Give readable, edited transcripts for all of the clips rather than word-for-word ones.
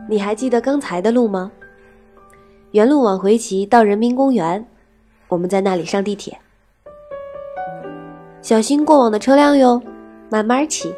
你还记得刚才的路吗？原路往回骑到人民公园，我们在那里上地铁。小心过往的车辆哟，慢慢骑。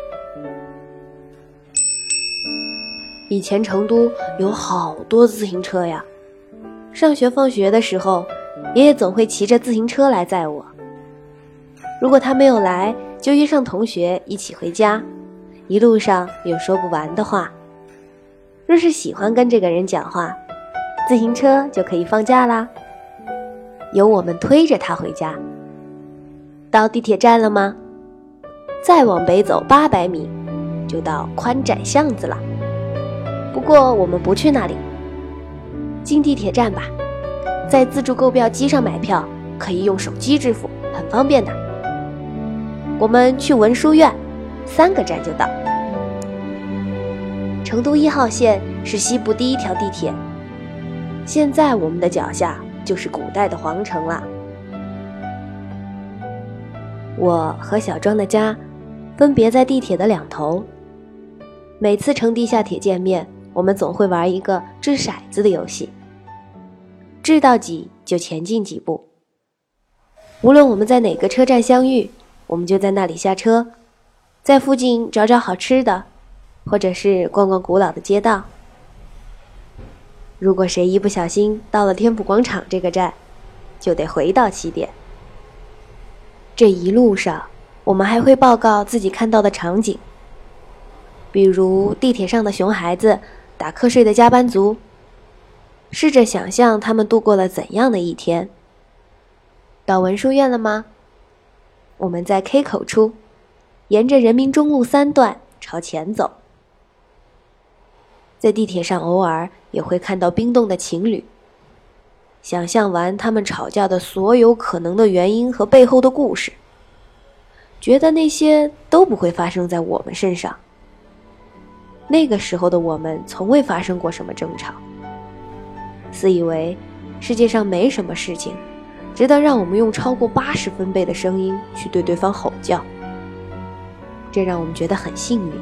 以前成都有好多自行车呀，上学放学的时候，爷爷总会骑着自行车来载我。如果他没有来，就约上同学一起回家，一路上有说不完的话。若是喜欢跟这个人讲话，自行车就可以放假啦，由我们推着他回家。到地铁站了吗？再往北走800米，就到宽窄巷子了。不过我们不去那里，进地铁站吧，在自助购票机上买票，可以用手机支付，很方便的。我们去文殊院，3个站就到。成都1号线是西部第一条地铁，现在我们的脚下就是古代的皇城了。我和小庄的家分别在地铁的两头，每次乘地下铁见面，我们总会玩一个掷骰子的游戏，掷到几就前进几步。无论我们在哪个车站相遇，我们就在那里下车，在附近找找好吃的，或者是逛逛古老的街道。如果谁一不小心到了天府广场这个站，就得回到起点。这一路上，我们还会报告自己看到的场景，比如地铁上的熊孩子、打瞌睡的加班族，试着想象他们度过了怎样的一天。到文殊院了吗？我们在 K 口处，沿着人民中路3段朝前走。在地铁上偶尔也会看到冰冻的情侣，想象完他们吵架的所有可能的原因和背后的故事，觉得那些都不会发生在我们身上。那个时候的我们从未发生过什么争吵，自以为世界上没什么事情值得让我们用超过80分贝的声音去对对方吼叫，这让我们觉得很幸运。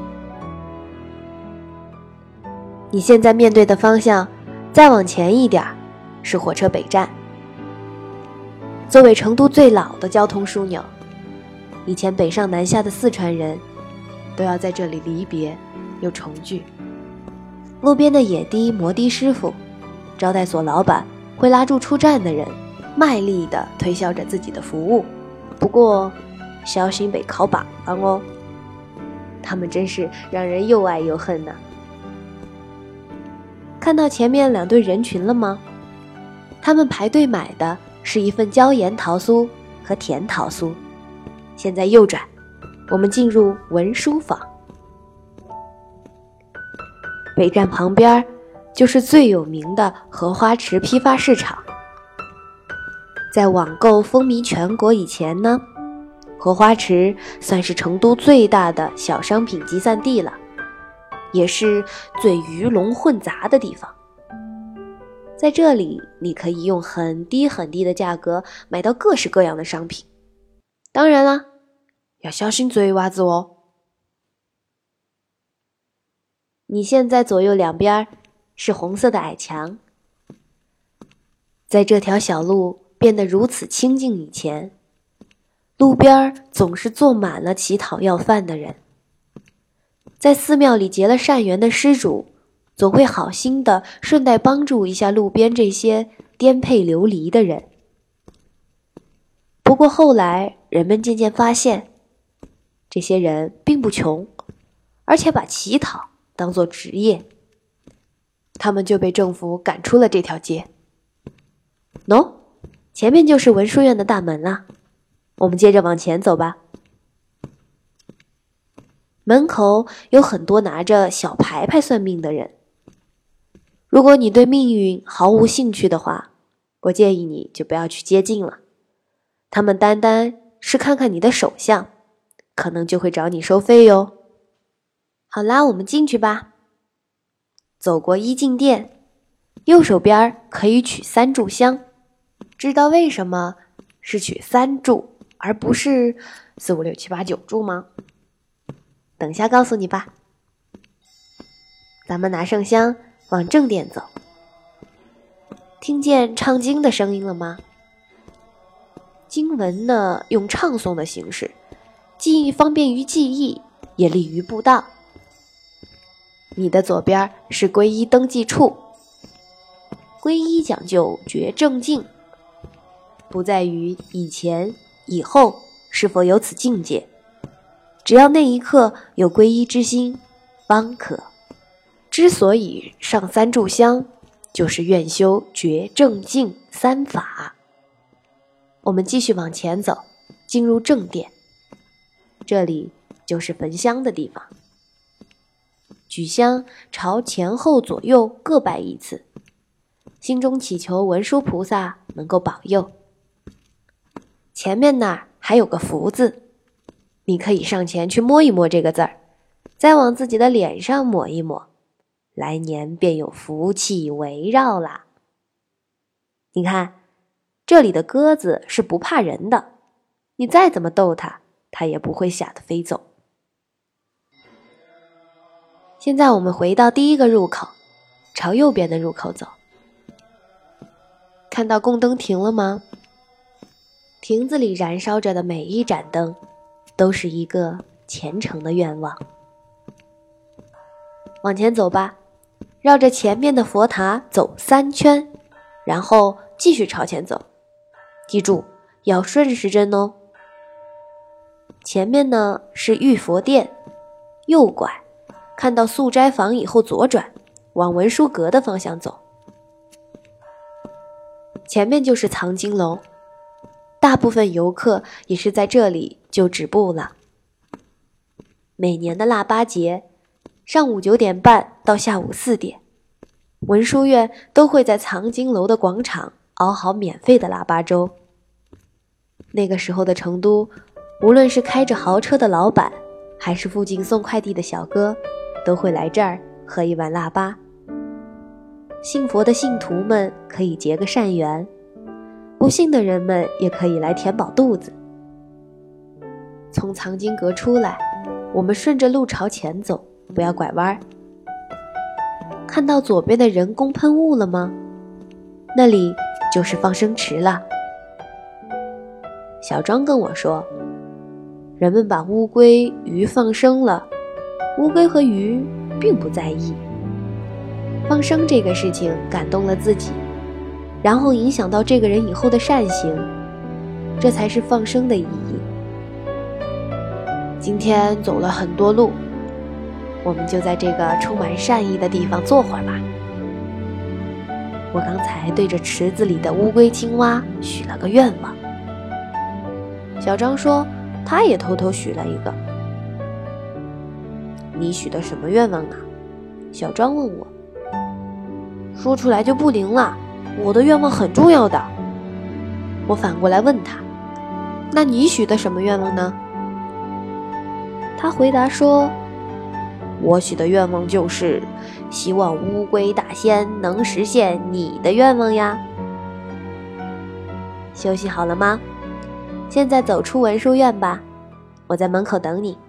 你现在面对的方向再往前一点是火车北站。作为成都最老的交通枢纽，以前北上南下的四川人都要在这里离别又重聚。路边的野滴摩的师傅，招待所老板会拉住出站的人，卖力地推销着自己的服务，不过小心被烤绑绑哦。他们真是让人又爱又恨呢。看到前面2队人群了吗？他们排队买的是一份椒盐桃酥和甜桃酥。现在右转，我们进入文殊坊。北站旁边就是最有名的荷花池批发市场。在网购风靡全国以前呢，荷花池算是成都最大的小商品集散地了，也是最鱼龙混杂的地方。在这里，你可以用很低很低的价格买到各式各样的商品。当然啦，要小心嘴娃子哦。你现在左右两边是红色的矮墙。在这条小路变得如此清静以前，路边总是坐满了乞讨要饭的人。在寺庙里结了善缘的施主，总会好心的顺带帮助一下路边这些颠沛流离的人。不过后来人们渐渐发现，这些人并不穷，而且把乞讨当作职业，他们就被政府赶出了这条街。喏，前面就是文殊院的大门了，我们接着往前走吧。门口有很多拿着小牌牌算命的人。如果你对命运毫无兴趣的话，我建议你就不要去接近了。他们单单是看看你的手相，可能就会找你收费哟。好啦，我们进去吧。走过一进殿，右手边可以取3炷香。知道为什么是取3炷，而不是4、5、6、7、8、9炷吗？等下告诉你吧。 咱们拿圣香往正殿走。听见唱经的声音了吗？经文呢，用唱诵的形式，既方便于记忆，也利于布道。你的左边是皈依登记处。皈依讲究觉正境，不在于以前以后是否有此境界，只要那一刻有皈依之心方可。之所以上3炷香，就是愿修觉正境3法。我们继续往前走，进入正殿，这里就是焚香的地方。举香朝前后左右各拜1次，心中祈求文殊菩萨能够保佑。前面那儿还有个福字，你可以上前去摸一摸这个字儿，再往自己的脸上抹一抹，来年便有福气围绕啦。你看，这里的鸽子是不怕人的，你再怎么逗它，它也不会吓得飞走。现在我们回到第一个入口，朝右边的入口走。看到供灯亭了吗？亭子里燃烧着的每一盏灯，都是一个虔诚的愿望。往前走吧，绕着前面的佛塔走3圈，然后继续朝前走。记住，要顺时针哦。前面呢是玉佛殿，右拐，看到素斋房以后左转，往文殊阁的方向走。前面就是藏经楼，大部分游客也是在这里就止步了。每年的腊八节，上午9点半到下午4点，文殊院都会在藏经楼的广场熬好免费的腊八粥。那个时候的成都，无论是开着豪车的老板，还是附近送快递的小哥，都会来这儿喝一碗腊八。信佛的信徒们可以结个善缘，不信的人们也可以来填饱肚子。从藏经阁出来，我们顺着路朝前走，不要拐弯。看到左边的人工喷雾了吗？那里就是放生池了。小庄跟我说，人们把乌龟、鱼放生了，乌龟和鱼并不在意。放生这个事情感动了自己，然后影响到这个人以后的善行，这才是放生的意义。今天走了很多路，我们就在这个充满善意的地方坐会儿吧。我刚才对着池子里的乌龟、青蛙许了个愿望。小张说他也偷偷许了一个。你许的什么愿望呢？小张问我。说出来就不灵了，我的愿望很重要的。我反过来问他，那你许的什么愿望呢？他回答说，我许的愿望就是希望乌龟大仙能实现你的愿望呀。休息好了吗？现在走出文殊院吧，我在门口等你。